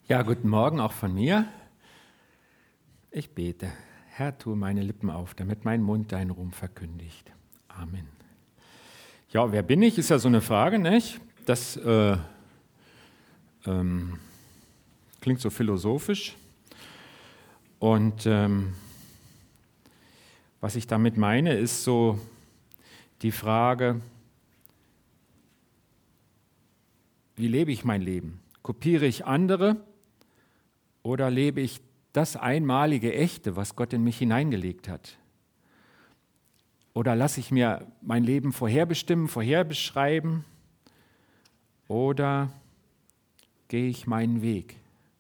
Ja, guten Morgen auch von mir. Ich bete. Herr, tue meine Lippen auf, damit mein Mund deinen Ruhm verkündigt. Amen. Ja, wer bin ich, ist ja so eine Frage, nicht? Das klingt so philosophisch. Und was ich damit meine, ist so die Frage, wie lebe ich mein Leben? Kopiere ich andere oder lebe ich das einmalige Echte, was Gott in mich hineingelegt hat? Oder lasse ich mir mein Leben vorherbestimmen, vorherbeschreiben? Oder gehe ich meinen Weg?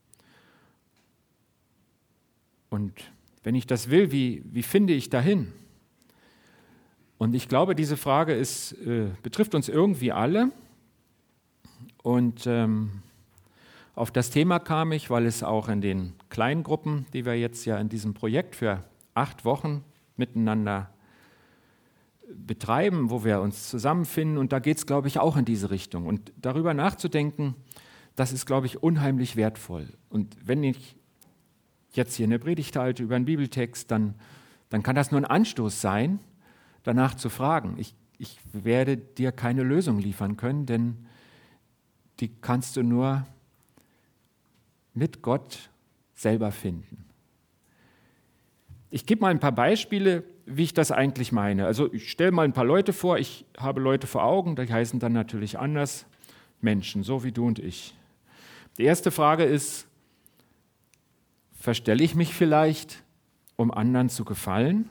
Und wenn ich das will, wie finde ich dahin? Und ich glaube, diese Frage betrifft uns irgendwie alle. Und auf das Thema kam ich, weil es auch in den kleinen Gruppen, die wir jetzt ja in diesem Projekt für 8 Wochen miteinander betreiben, wo wir uns zusammenfinden, und da geht es, glaube ich, auch in diese Richtung. Und darüber nachzudenken, das ist, glaube ich, unheimlich wertvoll. Und wenn ich jetzt hier eine Predigt halte über einen Bibeltext, dann kann das nur ein Anstoß sein, danach zu fragen. Ich werde dir keine Lösung liefern können, denn die kannst du nur mit Gott selber finden. Ich gebe mal ein paar Beispiele, wie ich das eigentlich meine. Also ich stelle mal ein paar Leute vor, ich habe Leute vor Augen, die heißen dann natürlich anders Menschen, so wie du und ich. Die erste Frage ist, verstelle ich mich vielleicht, um anderen zu gefallen?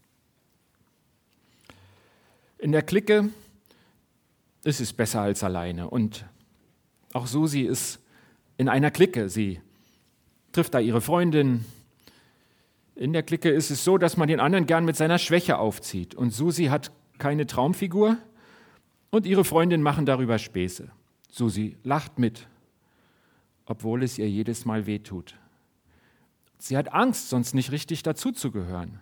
In der Clique ist es besser als alleine. Und auch Susi ist in einer Clique. Sie trifft da ihre Freundin. In der Clique ist es so, dass man den anderen gern mit seiner Schwäche aufzieht. Und Susi hat keine Traumfigur und ihre Freundin machen darüber Späße. Susi lacht mit, obwohl es ihr jedes Mal wehtut. Sie hat Angst, sonst nicht richtig dazuzugehören.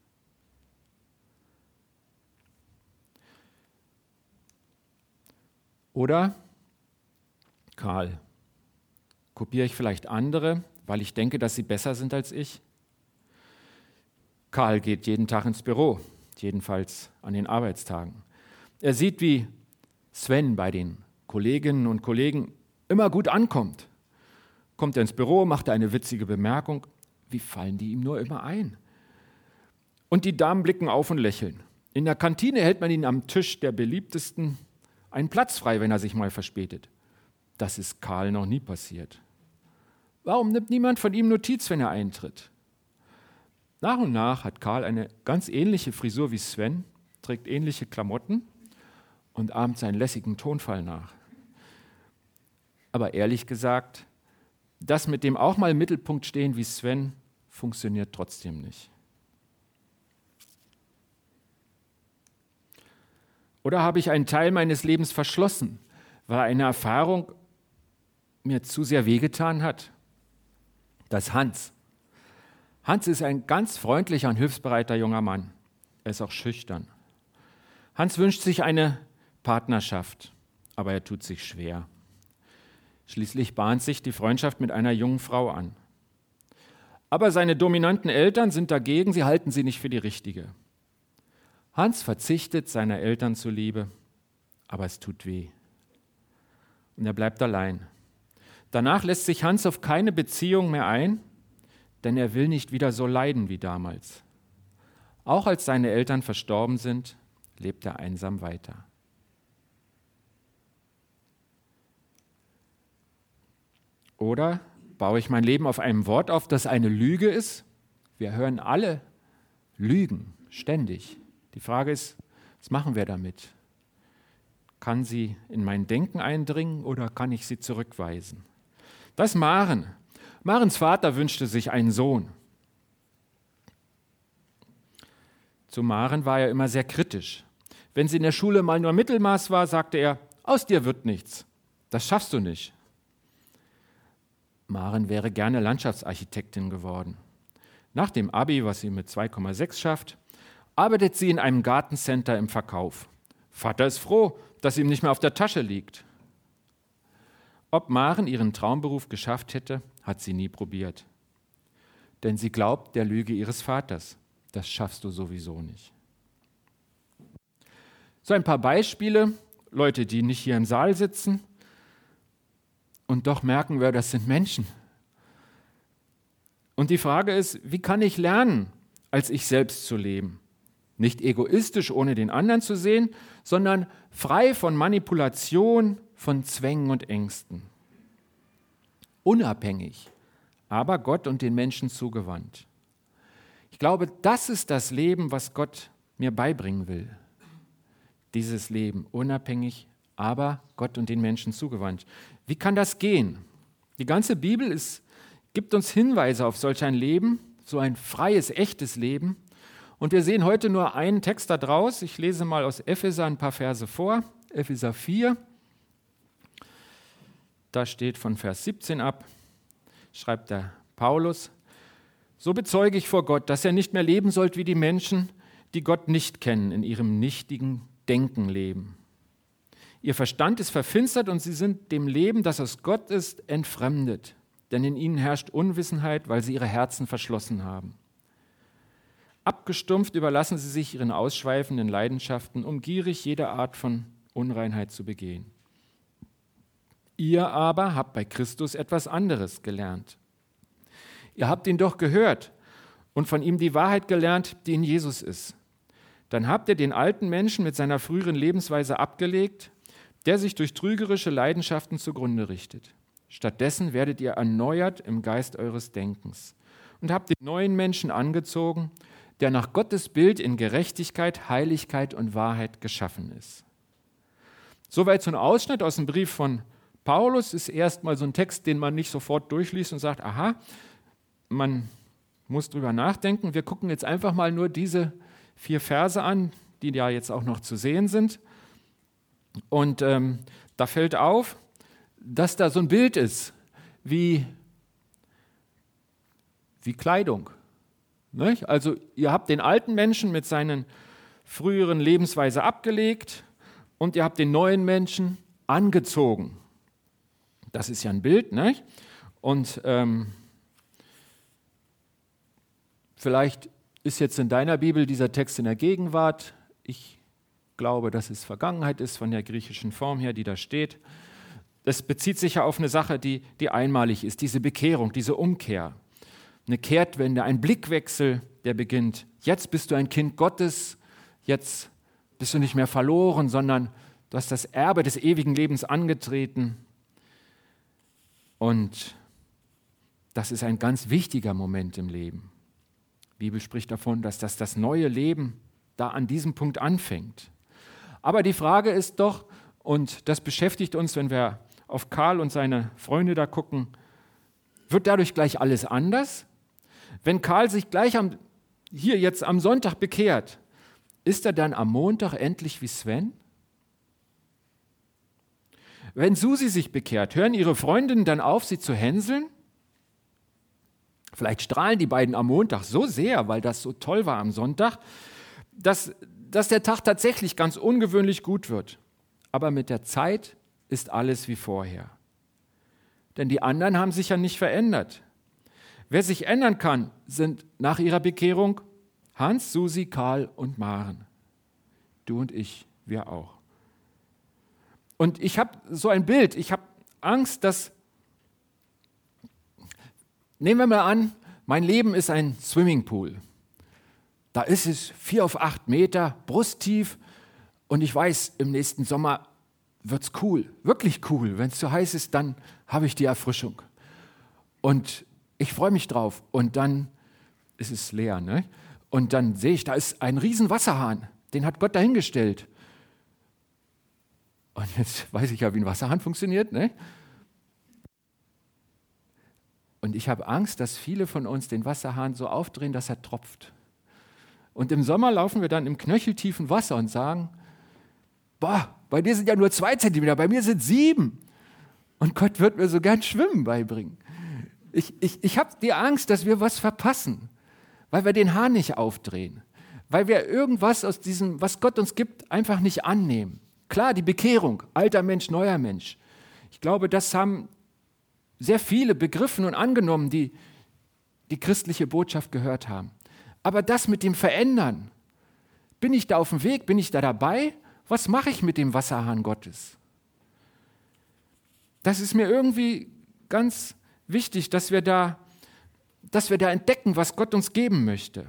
Oder Karl. Kopiere ich vielleicht andere, weil ich denke, dass sie besser sind als ich? Karl geht jeden Tag ins Büro, jedenfalls an den Arbeitstagen. Er sieht, wie Sven bei den Kolleginnen und Kollegen immer gut ankommt. Kommt er ins Büro, macht er eine witzige Bemerkung. Wie fallen die ihm nur immer ein? Und die Damen blicken auf und lächeln. In der Kantine hält man ihn am Tisch der Beliebtesten einen Platz frei, wenn er sich mal verspätet. Das ist Karl noch nie passiert. Warum nimmt niemand von ihm Notiz, wenn er eintritt? Nach und nach hat Karl eine ganz ähnliche Frisur wie Sven, trägt ähnliche Klamotten und ahmt seinen lässigen Tonfall nach. Aber ehrlich gesagt, das mit dem auch mal im Mittelpunkt stehen wie Sven funktioniert trotzdem nicht. Oder habe ich einen Teil meines Lebens verschlossen, weil eine Erfahrung mir zu sehr wehgetan hat? Das ist Hans. Hans ist ein ganz freundlicher und hilfsbereiter junger Mann. Er ist auch schüchtern. Hans wünscht sich eine Partnerschaft, aber er tut sich schwer. Schließlich bahnt sich die Freundschaft mit einer jungen Frau an. Aber seine dominanten Eltern sind dagegen, sie halten sie nicht für die richtige. Hans verzichtet seiner Eltern zuliebe, aber es tut weh. Und er bleibt allein. Danach lässt sich Hans auf keine Beziehung mehr ein, denn er will nicht wieder so leiden wie damals. Auch als seine Eltern verstorben sind, lebt er einsam weiter. Oder baue ich mein Leben auf einem Wort auf, das eine Lüge ist? Wir hören alle Lügen, ständig. Die Frage ist, was machen wir damit? Kann sie in mein Denken eindringen oder kann ich sie zurückweisen? Das ist Maren. Marens Vater wünschte sich einen Sohn. Zu Maren war er immer sehr kritisch. Wenn sie in der Schule mal nur Mittelmaß war, sagte er, aus dir wird nichts. Das schaffst du nicht. Maren wäre gerne Landschaftsarchitektin geworden. Nach dem Abi, was sie mit 2,6 schafft, arbeitet sie in einem Gartencenter im Verkauf. Vater ist froh, dass ihm nicht mehr auf der Tasche liegt. ob Maren ihren Traumberuf geschafft hätte, hat sie nie probiert. Denn sie glaubt der Lüge ihres Vaters. Das schaffst du sowieso nicht. So ein paar Beispiele, Leute, die nicht hier im Saal sitzen und doch merken wir, das sind Menschen. Und die Frage ist, wie kann ich lernen, als ich selbst zu leben? Nicht egoistisch, ohne den anderen zu sehen, sondern frei von Manipulation, von Zwängen und Ängsten. Unabhängig, aber Gott und den Menschen zugewandt. Ich glaube, das ist das Leben, was Gott mir beibringen will. Dieses Leben, unabhängig, aber Gott und den Menschen zugewandt. Wie kann das gehen? Die ganze Bibel gibt uns Hinweise auf solch ein Leben, so ein freies, echtes Leben. Und wir sehen heute nur einen Text da draus. Ich lese mal aus Epheser ein paar Verse vor. Epheser 4. Da steht von Vers 17 ab, schreibt der Paulus: So bezeuge ich vor Gott, dass ihr nicht mehr leben sollt wie die Menschen, die Gott nicht kennen, in ihrem nichtigen Denken leben. Ihr Verstand ist verfinstert und sie sind dem Leben, das aus Gott ist, entfremdet. Denn in ihnen herrscht Unwissenheit, weil sie ihre Herzen verschlossen haben. Abgestumpft überlassen sie sich ihren ausschweifenden Leidenschaften, um gierig jede Art von Unreinheit zu begehen. Ihr aber habt bei Christus etwas anderes gelernt. Ihr habt ihn doch gehört und von ihm die Wahrheit gelernt, die in Jesus ist. Dann habt ihr den alten Menschen mit seiner früheren Lebensweise abgelegt, der sich durch trügerische Leidenschaften zugrunde richtet. Stattdessen werdet ihr erneuert im Geist eures Denkens und habt den neuen Menschen angezogen, der nach Gottes Bild in Gerechtigkeit, Heiligkeit und Wahrheit geschaffen ist. Soweit so ein Ausschnitt aus dem Brief von Paulus, ist erstmal so ein Text, den man nicht sofort durchliest und sagt, aha, man muss drüber nachdenken. Wir gucken jetzt einfach mal nur diese 4 Verse an, die ja jetzt auch noch zu sehen sind. Und da fällt auf, dass da so ein Bild ist, wie Kleidung. Nicht? Also ihr habt den alten Menschen mit seinen früheren Lebensweise abgelegt und ihr habt den neuen Menschen angezogen. Das ist ja ein Bild, nicht? Und vielleicht ist jetzt in deiner Bibel dieser Text in der Gegenwart. Ich glaube, dass es Vergangenheit ist von der griechischen Form her, die da steht. Das bezieht sich ja auf eine Sache, die einmalig ist, diese Bekehrung, diese Umkehr. Eine Kehrtwende, ein Blickwechsel, der beginnt. Jetzt bist du ein Kind Gottes, jetzt bist du nicht mehr verloren, sondern du hast das Erbe des ewigen Lebens angetreten. Und das ist ein ganz wichtiger Moment im Leben. Die Bibel spricht davon, dass das neue Leben da an diesem Punkt anfängt. Aber die Frage ist doch, und das beschäftigt uns, wenn wir auf Karl und seine Freunde da gucken, wird dadurch gleich alles anders? Wenn Karl sich gleich hier jetzt am Sonntag bekehrt, ist er dann am Montag endlich wie Sven? Wenn Susi sich bekehrt, hören ihre Freundinnen dann auf, sie zu hänseln? Vielleicht strahlen die beiden am Montag so sehr, weil das so toll war am Sonntag, dass der Tag tatsächlich ganz ungewöhnlich gut wird. Aber mit der Zeit ist alles wie vorher. Denn die anderen haben sich ja nicht verändert. Wer sich ändern kann, sind nach ihrer Bekehrung Hans, Susi, Karl und Maren. Du und ich, wir auch. Und ich habe so ein Bild, ich habe Angst, dass, nehmen wir mal an, mein Leben ist ein Swimmingpool. Da ist es 4 auf 8 Meter, brusttief und ich weiß, im nächsten Sommer wird es cool, wirklich cool. Wenn es zu heiß ist, dann habe ich die Erfrischung. Und ich freue mich drauf und dann ist es leer. Ne? Und dann sehe ich, da ist ein riesen Wasserhahn, den hat Gott dahingestellt. Und jetzt weiß ich ja, wie ein Wasserhahn funktioniert. Ne? Und ich habe Angst, dass viele von uns den Wasserhahn so aufdrehen, dass er tropft. Und im Sommer laufen wir dann im knöcheltiefen Wasser und sagen, boah, bei dir sind ja nur 2 Zentimeter, bei mir sind 7. Und Gott wird mir so gern Schwimmen beibringen. Ich habe die Angst, dass wir was verpassen, weil wir den Hahn nicht aufdrehen, weil wir irgendwas aus diesem, was Gott uns gibt, einfach nicht annehmen. Klar, die Bekehrung, alter Mensch, neuer Mensch. Ich glaube, das haben sehr viele begriffen und angenommen, die die christliche Botschaft gehört haben. Aber das mit dem Verändern, bin ich da auf dem Weg, bin ich da dabei? Was mache ich mit dem Wasserhahn Gottes? Das ist mir irgendwie ganz wichtig, dass wir da entdecken, was Gott uns geben möchte.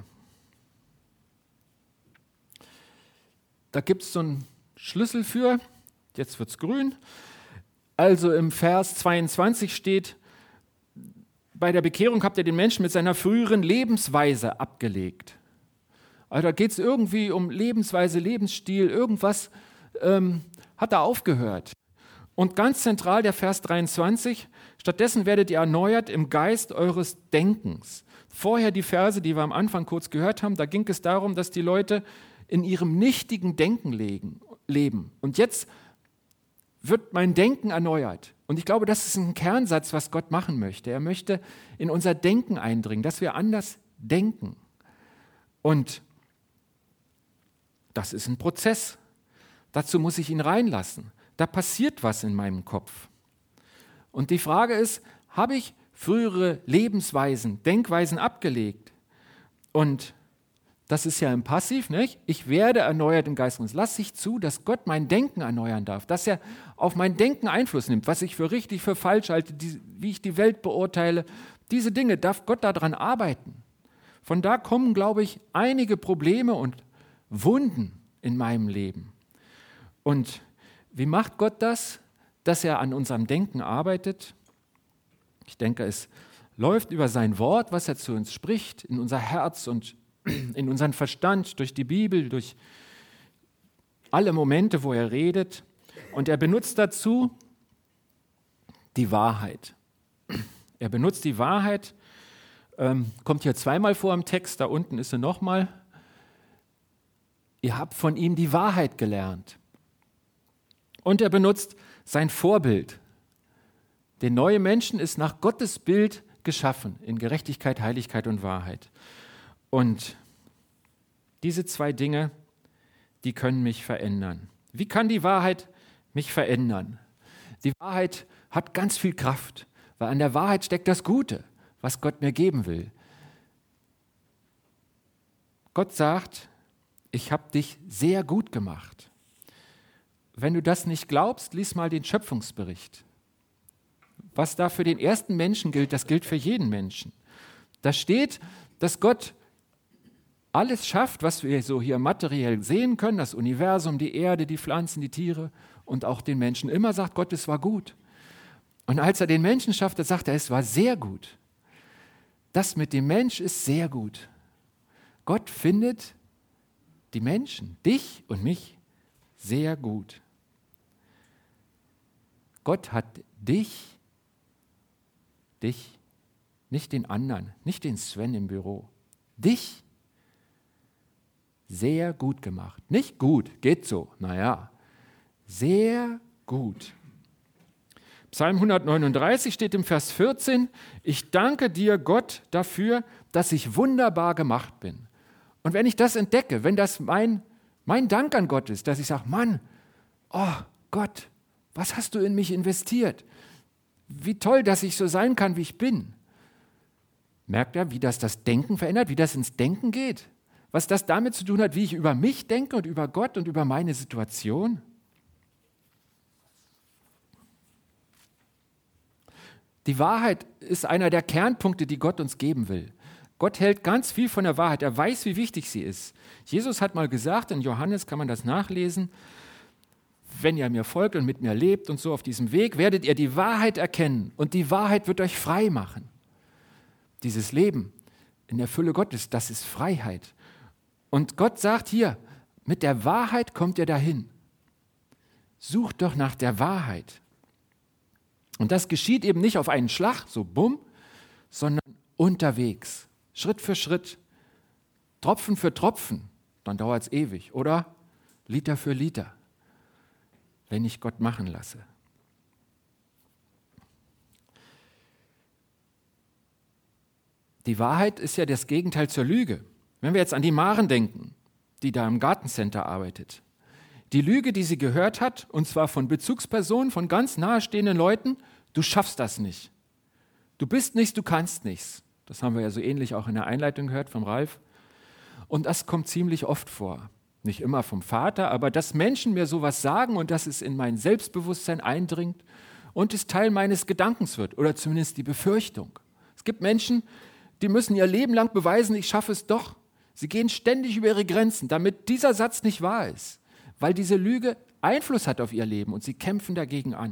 Da gibt es so einen Schlüssel für, jetzt wird es grün. Also im Vers 22 steht, bei der Bekehrung habt ihr den Menschen mit seiner früheren Lebensweise abgelegt. Also da geht es irgendwie um Lebensweise, Lebensstil, irgendwas hat da aufgehört. Und ganz zentral der Vers 23, stattdessen werdet ihr erneuert im Geist eures Denkens. Vorher die Verse, die wir am Anfang kurz gehört haben, da ging es darum, dass die Leute in ihrem nichtigen Denken leben. Und jetzt wird mein Denken erneuert. Und ich glaube, das ist ein Kernsatz, was Gott machen möchte. Er möchte in unser Denken eindringen, dass wir anders denken. Und das ist ein Prozess. Dazu muss ich ihn reinlassen. Da passiert was in meinem Kopf. Und die Frage ist, habe ich frühere Lebensweisen, Denkweisen abgelegt? Und das ist ja im Passiv, nicht? Ich werde erneuert im Geist. Lass ich zu, dass Gott mein Denken erneuern darf, dass er auf mein Denken Einfluss nimmt, was ich für richtig, für falsch halte, wie ich die Welt beurteile. Diese Dinge darf Gott daran arbeiten. Von da kommen, glaube ich, einige Probleme und Wunden in meinem Leben. Und wie macht Gott das, dass er an unserem Denken arbeitet? Ich denke, es läuft über sein Wort, was er zu uns spricht, in unser Herz und in unseren Verstand, durch die Bibel, durch alle Momente, wo er redet. Und er benutzt dazu die Wahrheit. Er benutzt die Wahrheit, kommt hier zweimal vor im Text, da unten ist sie nochmal. Ihr habt von ihm die Wahrheit gelernt. Und er benutzt sein Vorbild. Der neue Menschen ist nach Gottes Bild geschaffen, in Gerechtigkeit, Heiligkeit und Wahrheit. Und diese zwei Dinge, die können mich verändern. Wie kann die Wahrheit mich verändern? Die Wahrheit hat ganz viel Kraft, weil an der Wahrheit steckt das Gute, was Gott mir geben will. Gott sagt, ich habe dich sehr gut gemacht. Wenn du das nicht glaubst, lies mal den Schöpfungsbericht. Was da für den ersten Menschen gilt, das gilt für jeden Menschen. Da steht, dass Gott alles schafft, was wir so hier materiell sehen können, das Universum, die Erde, die Pflanzen, die Tiere und auch den Menschen. Immer sagt Gott, es war gut. Und als er den Menschen schaffte, sagt er, es war sehr gut. Das mit dem Mensch ist sehr gut. Gott findet die Menschen, dich und mich, sehr gut. Gott hat dich, nicht den anderen, nicht den Sven im Büro, dich sehr gut gemacht. Nicht gut, geht so, naja, sehr gut. Psalm 139 steht im Vers 14, ich danke dir, Gott, dafür, dass ich wunderbar gemacht bin. Und wenn ich das entdecke, wenn das mein Dank an Gott ist, dass ich sage, Mann, oh Gott, was hast du in mich investiert? Wie toll, dass ich so sein kann, wie ich bin. Merkt ihr, wie das Denken verändert, wie das ins Denken geht? Was das damit zu tun hat, wie ich über mich denke und über Gott und über meine Situation? Die Wahrheit ist einer der Kernpunkte, die Gott uns geben will. Gott hält ganz viel von der Wahrheit. Er weiß, wie wichtig sie ist. Jesus hat mal gesagt, in Johannes kann man das nachlesen, wenn ihr mir folgt und mit mir lebt und so auf diesem Weg, werdet ihr die Wahrheit erkennen und die Wahrheit wird euch frei machen. Dieses Leben in der Fülle Gottes, das ist Freiheit. Und Gott sagt hier, mit der Wahrheit kommt ihr dahin. Sucht doch nach der Wahrheit. Und das geschieht eben nicht auf einen Schlag, so bumm, sondern unterwegs, Schritt für Schritt, Tropfen für Tropfen, dann dauert es ewig, oder Liter für Liter, wenn ich Gott machen lasse. Die Wahrheit ist ja das Gegenteil zur Lüge. Wenn wir jetzt an die Maren denken, die da im Gartencenter arbeitet, Die Lüge, die sie gehört hat, und zwar von Bezugspersonen, von ganz nahestehenden Leuten: Du schaffst das nicht. Du bist nichts, du kannst nichts. Das haben wir ja so ähnlich auch in der Einleitung gehört vom Ralf. Und das kommt ziemlich oft vor. Nicht immer vom Vater, aber dass Menschen mir sowas sagen und dass es in mein Selbstbewusstsein eindringt und es Teil meines Gedankens wird oder zumindest die Befürchtung. Es gibt Menschen, die müssen ihr Leben lang beweisen, ich schaffe es doch. Sie gehen ständig über ihre Grenzen, damit dieser Satz nicht wahr ist, weil diese Lüge Einfluss hat auf ihr Leben und sie kämpfen dagegen an.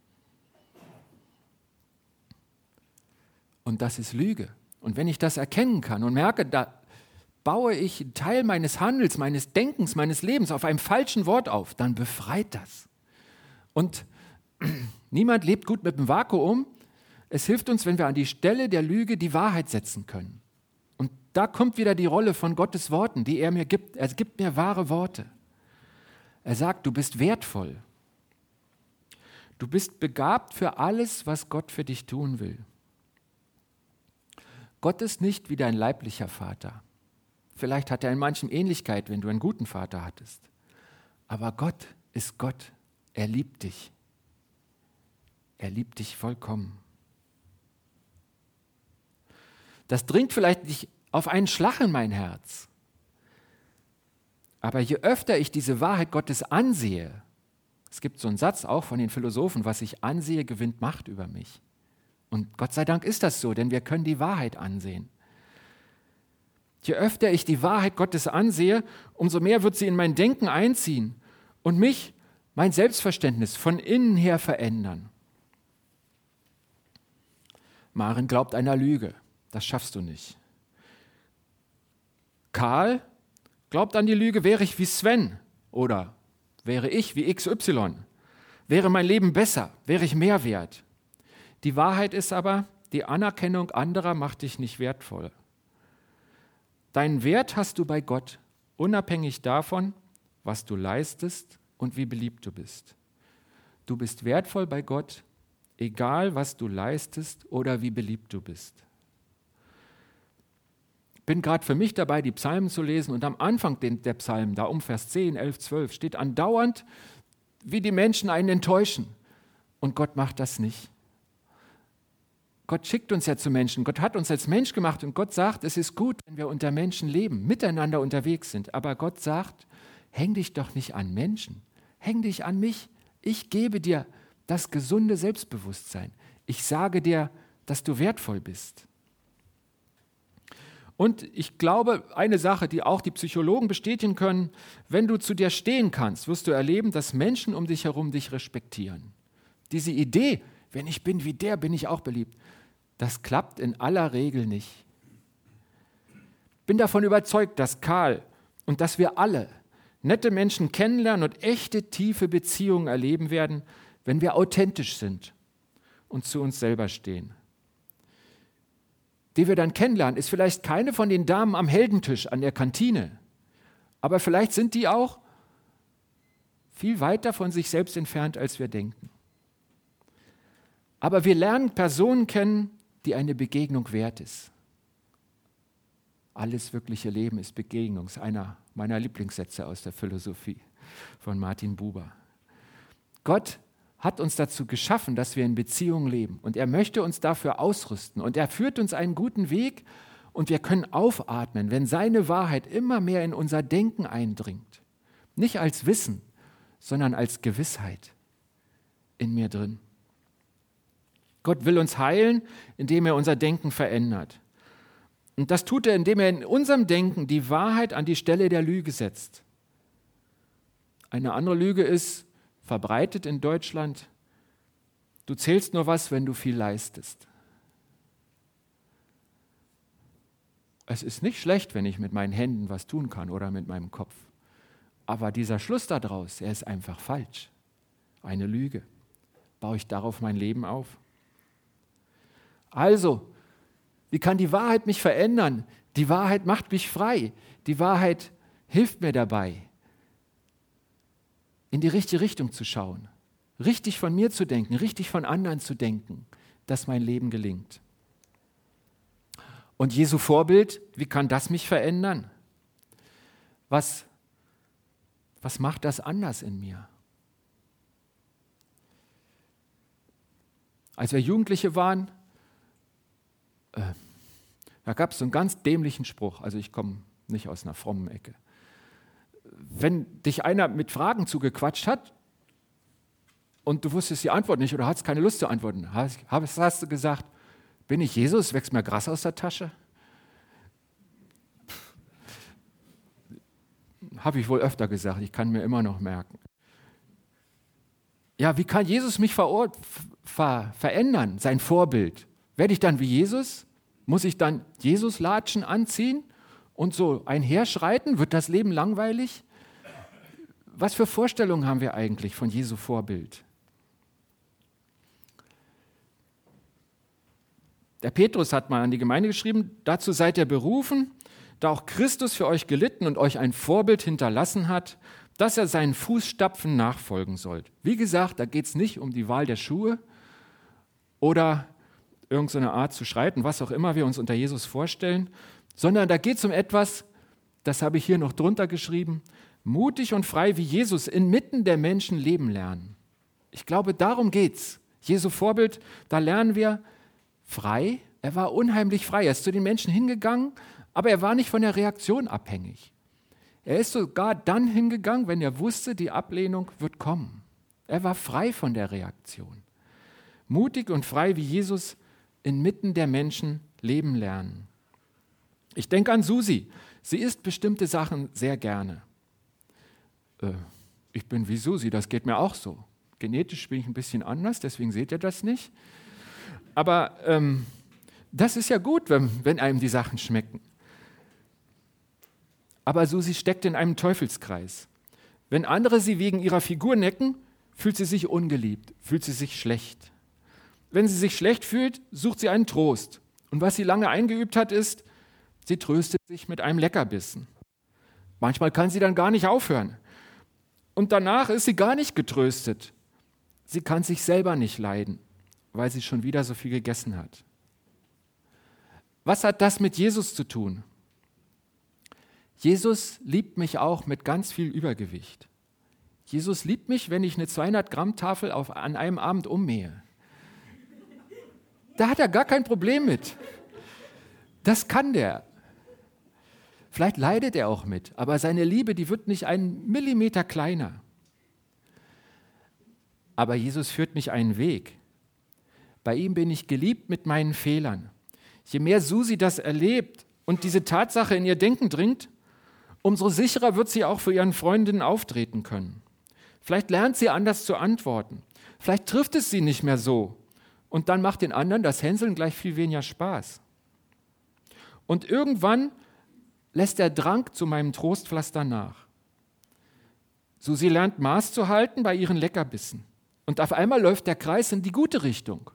Und das ist Lüge. Und wenn ich das erkennen kann und merke, da baue ich einen Teil meines Handels, meines Denkens, meines Lebens auf einem falschen Wort auf, dann befreit das. Und niemand lebt gut mit dem Vakuum. Es hilft uns, wenn wir an die Stelle der Lüge die Wahrheit setzen können. Und da kommt wieder die Rolle von Gottes Worten, die er mir gibt. Er gibt mir wahre Worte. Er sagt, du bist wertvoll. Du bist begabt für alles, was Gott für dich tun will. Gott ist nicht wie dein leiblicher Vater. Vielleicht hat er in manchem Ähnlichkeit, wenn du einen guten Vater hattest. Aber Gott ist Gott. Er liebt dich. Er liebt dich vollkommen. Das dringt vielleicht nicht auf einen Schlag in mein Herz. Aber je öfter ich diese Wahrheit Gottes ansehe, es gibt so einen Satz auch von den Philosophen, was ich ansehe, gewinnt Macht über mich. Und Gott sei Dank ist das so, denn wir können die Wahrheit ansehen. Je öfter ich die Wahrheit Gottes ansehe, umso mehr wird sie in mein Denken einziehen und mich, mein Selbstverständnis von innen her verändern. Maren glaubt einer Lüge. Das schaffst du nicht. Karl glaubt an die Lüge, wäre ich wie Sven oder wäre ich wie XY. Wäre mein Leben besser, wäre ich mehr wert. Die Wahrheit ist aber, die Anerkennung anderer macht dich nicht wertvoll. Deinen Wert hast du bei Gott, unabhängig davon, was du leistest und wie beliebt du bist. Du bist wertvoll bei Gott, egal was du leistest oder wie beliebt du bist. Ich bin gerade für mich dabei, die Psalmen zu lesen und am Anfang der Psalmen, da um Vers 10, 11, 12, steht andauernd, wie die Menschen einen enttäuschen. Und Gott macht das nicht. Gott schickt uns ja zu Menschen. Gott hat uns als Mensch gemacht und Gott sagt, es ist gut, wenn wir unter Menschen leben, miteinander unterwegs sind. Aber Gott sagt, häng dich doch nicht an Menschen, häng dich an mich. Ich gebe dir das gesunde Selbstbewusstsein. Ich sage dir, dass du wertvoll bist. Und ich glaube, eine Sache, die auch die Psychologen bestätigen können, wenn du zu dir stehen kannst, wirst du erleben, dass Menschen um dich herum dich respektieren. Diese Idee, wenn ich bin wie der, bin ich auch beliebt, das klappt in aller Regel nicht. Ich bin davon überzeugt, dass Karl und dass wir alle nette Menschen kennenlernen und echte, tiefe Beziehungen erleben werden, wenn wir authentisch sind und zu uns selber stehen. Die wir dann kennenlernen, ist vielleicht keine von den Damen am Heldentisch an der Kantine, aber vielleicht sind die auch viel weiter von sich selbst entfernt, als wir denken. Aber wir lernen Personen kennen, die eine Begegnung wert ist. Alles wirkliche Leben ist Begegnung, ist einer meiner Lieblingssätze aus der Philosophie von Martin Buber. Gott hat uns dazu geschaffen, dass wir in Beziehung leben und er möchte uns dafür ausrüsten und er führt uns einen guten Weg und wir können aufatmen, wenn seine Wahrheit immer mehr in unser Denken eindringt. Nicht als Wissen, sondern als Gewissheit in mir drin. Gott will uns heilen, indem er unser Denken verändert. Und das tut er, indem er in unserem Denken die Wahrheit an die Stelle der Lüge setzt. Eine andere Lüge ist verbreitet in Deutschland: Du zählst nur was, wenn du viel leistest. Es ist nicht schlecht, wenn ich mit meinen Händen was tun kann oder mit meinem Kopf. Aber dieser Schluss daraus, er ist einfach falsch. Eine Lüge. Baue ich darauf mein Leben auf? Also, wie kann die Wahrheit mich verändern? Die Wahrheit macht mich frei. Die Wahrheit hilft mir dabei, in die richtige Richtung zu schauen, richtig von mir zu denken, richtig von anderen zu denken, dass mein Leben gelingt. Und Jesu Vorbild, wie kann das mich verändern? Was Was macht das anders in mir? Als wir Jugendliche waren, da gab es so einen ganz dämlichen Spruch. Also ich komme nicht aus einer frommen Ecke. Wenn dich einer mit Fragen zugequatscht hat und du wusstest die Antwort nicht oder hattest keine Lust zu antworten, hast du gesagt, bin ich Jesus, wächst mir Gras aus der Tasche? Habe ich wohl öfter gesagt, ich kann mir immer noch merken. Ja, wie kann Jesus mich verändern, sein Vorbild? Werde ich dann wie Jesus? Muss ich dann Jesus-Latschen anziehen und so einherschreiten? Wird das Leben langweilig? Was für Vorstellungen haben wir eigentlich von Jesu Vorbild? Der Petrus hat mal an die Gemeinde geschrieben, dazu seid ihr berufen, da auch Christus für euch gelitten und euch ein Vorbild hinterlassen hat, dass er seinen Fußstapfen nachfolgen sollt. Wie gesagt, da geht es nicht um die Wahl der Schuhe oder irgendeine Art zu schreiten, was auch immer wir uns unter Jesus vorstellen, sondern da geht es um etwas, das habe ich hier noch drunter geschrieben, mutig und frei wie Jesus inmitten der Menschen leben lernen. Ich glaube, darum geht's. Jesu Vorbild, da lernen wir frei. Er war unheimlich frei. Er ist zu den Menschen hingegangen, aber er war nicht von der Reaktion abhängig. Er ist sogar dann hingegangen, wenn er wusste, die Ablehnung wird kommen. Er war frei von der Reaktion. Mutig und frei wie Jesus inmitten der Menschen leben lernen. Ich denke an Susi. Sie isst bestimmte Sachen sehr gerne. Ich bin wie Susi, das geht mir auch so. Genetisch bin ich ein bisschen anders, deswegen seht ihr das nicht. Aber das ist ja gut, wenn einem die Sachen schmecken. Aber Susi steckt in einem Teufelskreis. Wenn andere sie wegen ihrer Figur necken, fühlt sie sich ungeliebt, fühlt sie sich schlecht. Wenn sie sich schlecht fühlt, sucht sie einen Trost. Und was sie lange eingeübt hat, ist, sie tröstet sich mit einem Leckerbissen. Manchmal kann sie dann gar nicht aufhören. Und danach ist sie gar nicht getröstet. Sie kann sich selber nicht leiden, weil sie schon wieder so viel gegessen hat. Was hat das mit Jesus zu tun? Jesus liebt mich auch mit ganz viel Übergewicht. Jesus liebt mich, wenn ich eine 200-Gramm-Tafel an einem Abend ummähe. Da hat er gar kein Problem mit. Das kann der. Vielleicht leidet er auch mit, aber seine Liebe, die wird nicht einen Millimeter kleiner. Aber Jesus führt mich einen Weg. Bei ihm bin ich geliebt mit meinen Fehlern. Je mehr Susi das erlebt und diese Tatsache in ihr Denken dringt, umso sicherer wird sie auch für ihren Freundinnen auftreten können. Vielleicht lernt sie anders zu antworten. Vielleicht trifft es sie nicht mehr so. Und dann macht den anderen das Hänseln gleich viel weniger Spaß. Und irgendwann lässt der Drang zu meinem Trostpflaster nach. Susi lernt Maß zu halten bei ihren Leckerbissen. Und auf einmal läuft der Kreis in die gute Richtung,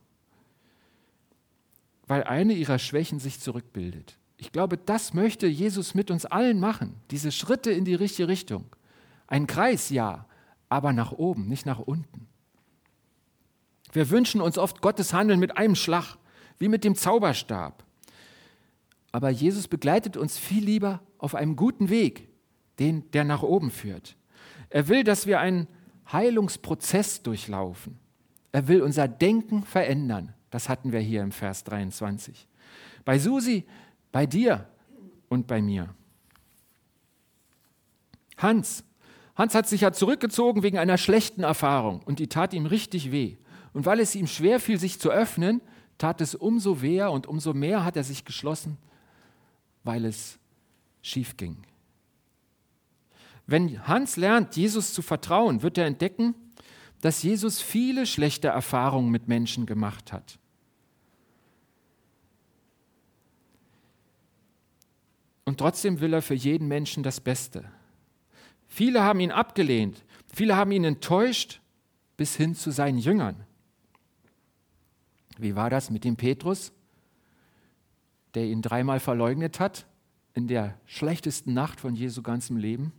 weil eine ihrer Schwächen sich zurückbildet. Ich glaube, das möchte Jesus mit uns allen machen, diese Schritte in die richtige Richtung. Ein Kreis, ja, aber nach oben, nicht nach unten. Wir wünschen uns oft Gottes Handeln mit einem Schlag, wie mit dem Zauberstab. Aber Jesus begleitet uns viel lieber auf einem guten Weg, der nach oben führt. Er will, dass wir einen Heilungsprozess durchlaufen. Er will unser Denken verändern. Das hatten wir hier im Vers 23. Bei Susi, bei dir und bei mir. Hans hat sich ja zurückgezogen wegen einer schlechten Erfahrung und die tat ihm richtig weh. Und weil es ihm schwer fiel, sich zu öffnen, tat es umso weher und umso mehr hat er sich geschlossen, weil es schief ging. Wenn Hans lernt, Jesus zu vertrauen, wird er entdecken, dass Jesus viele schlechte Erfahrungen mit Menschen gemacht hat. Und trotzdem will er für jeden Menschen das Beste. Viele haben ihn abgelehnt, viele haben ihn enttäuscht, bis hin zu seinen Jüngern. Wie war das mit dem Petrus, der ihn 3-mal verleugnet hat, in der schlechtesten Nacht von Jesu ganzem Leben?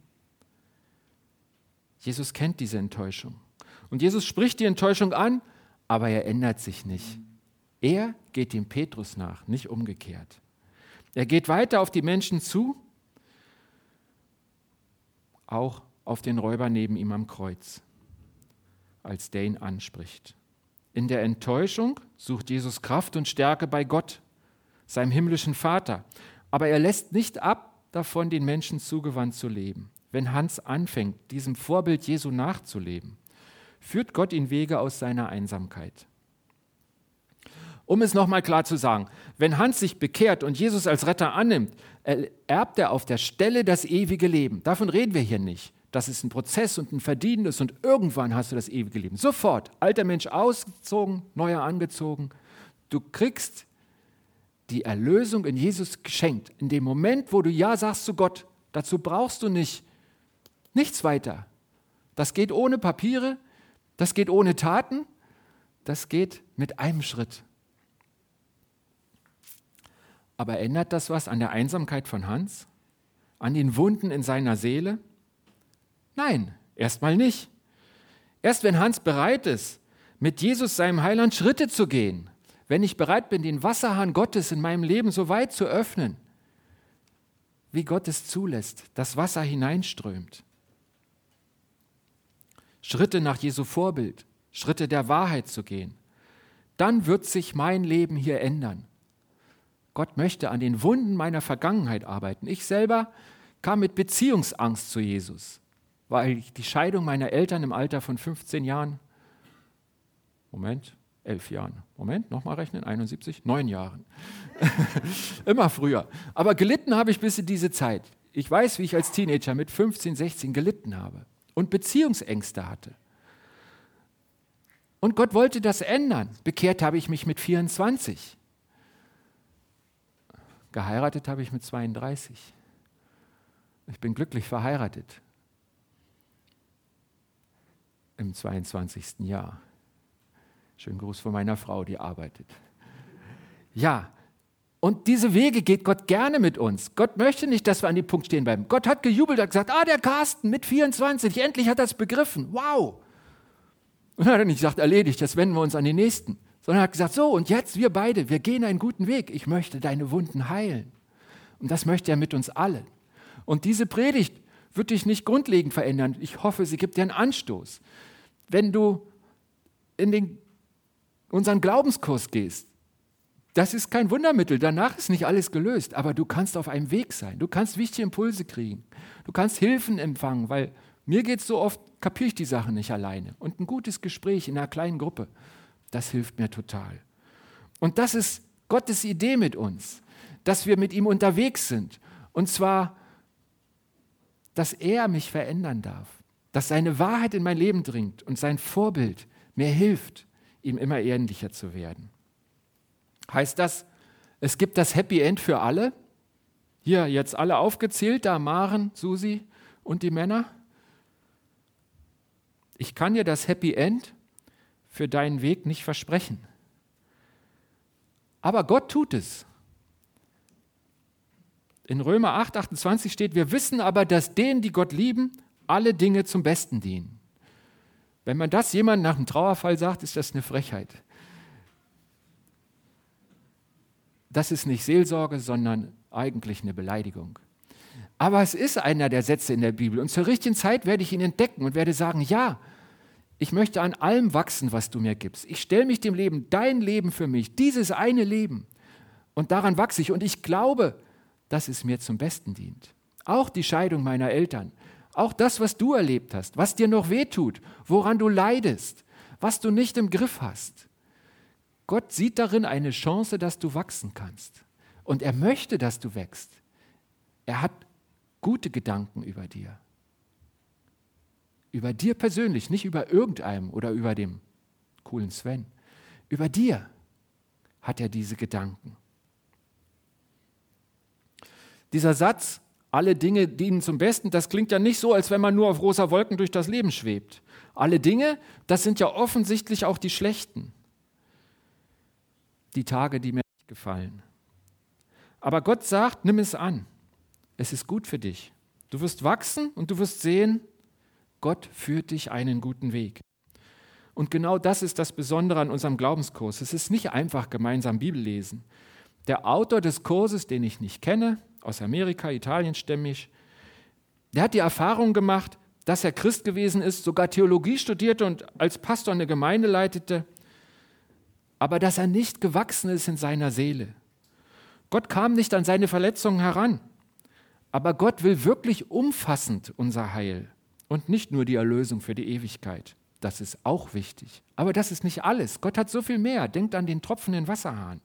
Jesus kennt diese Enttäuschung. Und Jesus spricht die Enttäuschung an, aber er ändert sich nicht. Er geht dem Petrus nach, nicht umgekehrt. Er geht weiter auf die Menschen zu, auch auf den Räuber neben ihm am Kreuz, als der ihn anspricht. In der Enttäuschung sucht Jesus Kraft und Stärke bei Gott, seinem himmlischen Vater. Aber er lässt nicht ab, davon den Menschen zugewandt zu leben. Wenn Hans anfängt, diesem Vorbild Jesu nachzuleben, führt Gott ihn Wege aus seiner Einsamkeit. Um es nochmal klar zu sagen, wenn Hans sich bekehrt und Jesus als Retter annimmt, erbt er auf der Stelle das ewige Leben. Davon reden wir hier nicht. Das ist ein Prozess und ein Verdienen ist und irgendwann hast du das ewige Leben. Sofort, alter Mensch ausgezogen, neuer angezogen. Du kriegst die Erlösung in Jesus geschenkt. In dem Moment, wo du Ja sagst zu Gott, dazu brauchst du nichts weiter. Das geht ohne Papiere, das geht ohne Taten, das geht mit einem Schritt. Aber ändert das was an der Einsamkeit von Hans? An den Wunden in seiner Seele? Nein, erstmal nicht. Erst wenn Hans bereit ist, mit Jesus, seinem Heiland, Schritte zu gehen, wenn ich bereit bin, den Wasserhahn Gottes in meinem Leben so weit zu öffnen, wie Gott es zulässt, das Wasser hineinströmt. Schritte nach Jesu Vorbild, Schritte der Wahrheit zu gehen, dann wird sich mein Leben hier ändern. Gott möchte an den Wunden meiner Vergangenheit arbeiten. Ich selber kam mit Beziehungsangst zu Jesus, weil ich die Scheidung meiner Eltern im Alter von 15 Jahren, 11 Jahren, nochmal rechnen, 71, 9 Jahren, immer früher. Aber gelitten habe ich bis in diese Zeit. Ich weiß, wie ich als Teenager mit 15, 16 gelitten habe und Beziehungsängste hatte. Und Gott wollte das ändern. Bekehrt habe ich mich mit 24. Geheiratet habe ich mit 32. Ich bin glücklich verheiratet. Im 22. Jahr. Schönen Gruß von meiner Frau, die arbeitet. Ja, und diese Wege geht Gott gerne mit uns. Gott möchte nicht, dass wir an dem Punkt stehen bleiben. Gott hat gejubelt, hat gesagt, der Carsten mit 24, endlich hat er es begriffen. Wow! Und dann hat er nicht gesagt, erledigt, jetzt wenden wir uns an den Nächsten. Sondern er hat gesagt, so und jetzt wir beide, wir gehen einen guten Weg. Ich möchte deine Wunden heilen. Und das möchte er mit uns allen. Und diese Predigt wird dich nicht grundlegend verändern. Ich hoffe, sie gibt dir einen Anstoß. Wenn du in unseren Glaubenskurs gehst, das ist kein Wundermittel, danach ist nicht alles gelöst, aber du kannst auf einem Weg sein. Du kannst wichtige Impulse kriegen. Du kannst Hilfen empfangen, weil mir geht es so oft, kapiere ich die Sachen nicht alleine. Und ein gutes Gespräch in einer kleinen Gruppe, das hilft mir total. Und das ist Gottes Idee mit uns, dass wir mit ihm unterwegs sind. Und zwar, dass er mich verändern darf, dass seine Wahrheit in mein Leben dringt und sein Vorbild mir hilft, ihm immer ähnlicher zu werden. Heißt das, es gibt das Happy End für alle? Hier jetzt alle aufgezählt, da Maren, Susi und die Männer? Ich kann dir das Happy End für deinen Weg nicht versprechen. Aber Gott tut es. In Römer 8, 28 steht, wir wissen aber, dass denen, die Gott lieben, alle Dinge zum Besten dienen. Wenn man das jemandem nach einem Trauerfall sagt, ist das eine Frechheit. Das ist nicht Seelsorge, sondern eigentlich eine Beleidigung. Aber es ist einer der Sätze in der Bibel. Und zur richtigen Zeit werde ich ihn entdecken und werde sagen, ja, ich möchte an allem wachsen, was du mir gibst. Ich stelle mich dem Leben, dein Leben für mich, dieses eine Leben. Und daran wachse ich. Und ich glaube, dass es mir zum Besten dient. Auch die Scheidung meiner Eltern. Auch das, was du erlebt hast, was dir noch wehtut, woran du leidest, was du nicht im Griff hast. Gott sieht darin eine Chance, dass du wachsen kannst. Und er möchte, dass du wächst. Er hat gute Gedanken über dir. Über dir persönlich, nicht über irgendeinem oder über dem coolen Sven. Über dir hat er diese Gedanken. Dieser Satz, alle Dinge dienen zum Besten, das klingt ja nicht so, als wenn man nur auf rosa Wolken durch das Leben schwebt. Alle Dinge, das sind ja offensichtlich auch die schlechten. Die Tage, die mir nicht gefallen. Aber Gott sagt, nimm es an. Es ist gut für dich. Du wirst wachsen und du wirst sehen, Gott führt dich einen guten Weg. Und genau das ist das Besondere an unserem Glaubenskurs. Es ist nicht einfach gemeinsam Bibel lesen. Der Autor des Kurses, den ich nicht kenne, aus Amerika, italienstämmig, der hat die Erfahrung gemacht, dass er Christ gewesen ist, sogar Theologie studierte und als Pastor eine Gemeinde leitete, aber dass er nicht gewachsen ist in seiner Seele. Gott kam nicht an seine Verletzungen heran, aber Gott will wirklich umfassend unser Heil und nicht nur die Erlösung für die Ewigkeit. Das ist auch wichtig, aber das ist nicht alles. Gott hat so viel mehr. Denkt an den tropfenden Wasserhahn.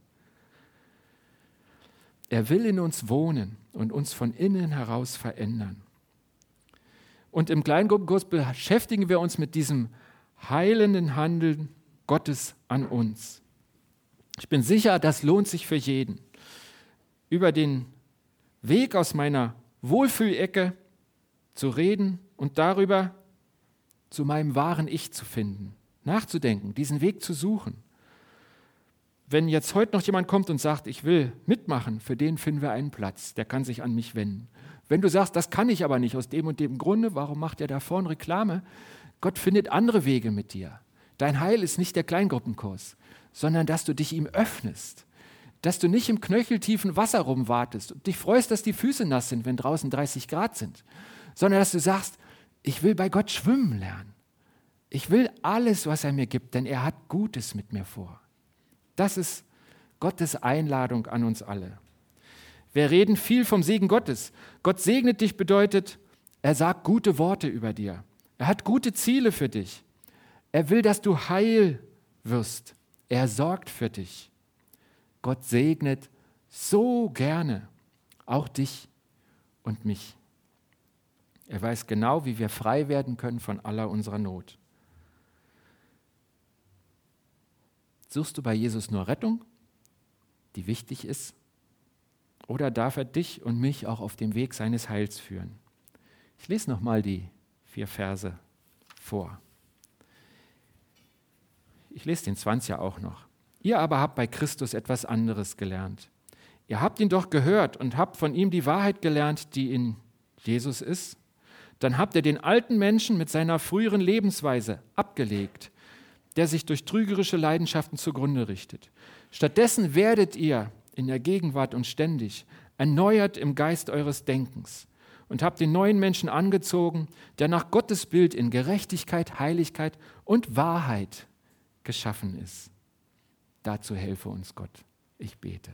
Er will in uns wohnen und uns von innen heraus verändern. Und im Kleingruppenkurs beschäftigen wir uns mit diesem heilenden Handeln Gottes an uns. Ich bin sicher, das lohnt sich für jeden. Über den Weg aus meiner Wohlfühlecke zu reden und darüber zu meinem wahren Ich zu finden, nachzudenken, diesen Weg zu suchen. Wenn jetzt heute noch jemand kommt und sagt, ich will mitmachen, für den finden wir einen Platz, der kann sich an mich wenden. Wenn du sagst, das kann ich aber nicht aus dem und dem Grunde, warum macht er da vorne Reklame? Gott findet andere Wege mit dir. Dein Heil ist nicht der Kleingruppenkurs, sondern dass du dich ihm öffnest, dass du nicht im knöcheltiefen Wasser rumwartest und dich freust, dass die Füße nass sind, wenn draußen 30 Grad sind, sondern dass du sagst, ich will bei Gott schwimmen lernen. Ich will alles, was er mir gibt, denn er hat Gutes mit mir vor. Das ist Gottes Einladung an uns alle. Wir reden viel vom Segen Gottes. Gott segnet dich bedeutet, er sagt gute Worte über dir. Er hat gute Ziele für dich. Er will, dass du heil wirst. Er sorgt für dich. Gott segnet so gerne auch dich und mich. Er weiß genau, wie wir frei werden können von aller unserer Not. Suchst du bei Jesus nur Rettung, die wichtig ist? Oder darf er dich und mich auch auf dem Weg seines Heils führen? Ich lese nochmal die 4 Verse vor. Ich lese den 20er auch noch. Ihr aber habt bei Christus etwas anderes gelernt. Ihr habt ihn doch gehört und habt von ihm die Wahrheit gelernt, die in Jesus ist. Dann habt ihr den alten Menschen mit seiner früheren Lebensweise abgelegt, der sich durch trügerische Leidenschaften zugrunde richtet. Stattdessen werdet ihr in der Gegenwart und ständig erneuert im Geist eures Denkens und habt den neuen Menschen angezogen, der nach Gottes Bild in Gerechtigkeit, Heiligkeit und Wahrheit geschaffen ist. Dazu helfe uns Gott. Ich bete.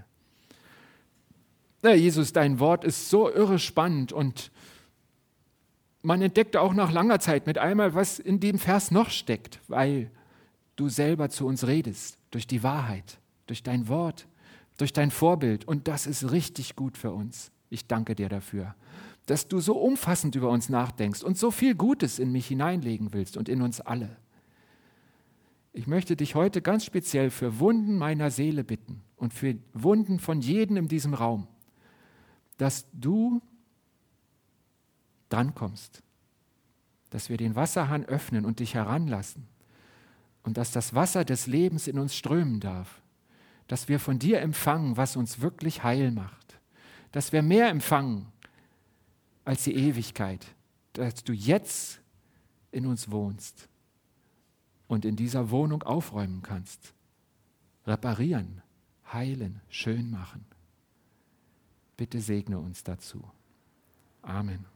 Jesus, dein Wort ist so irre spannend und man entdeckte auch nach langer Zeit mit einmal, was in dem Vers noch steckt, weil du selber zu uns redest, durch die Wahrheit, durch dein Wort, durch dein Vorbild. Und das ist richtig gut für uns. Ich danke dir dafür, dass du so umfassend über uns nachdenkst und so viel Gutes in mich hineinlegen willst und in uns alle. Ich möchte dich heute ganz speziell für Wunden meiner Seele bitten und für Wunden von jedem in diesem Raum, dass du drankommst, dass wir den Wasserhahn öffnen und dich heranlassen und dass das Wasser des Lebens in uns strömen darf, dass wir von dir empfangen, was uns wirklich heil macht, dass wir mehr empfangen als die Ewigkeit, dass du jetzt in uns wohnst und in dieser Wohnung aufräumen kannst, reparieren, heilen, schön machen. Bitte segne uns dazu. Amen.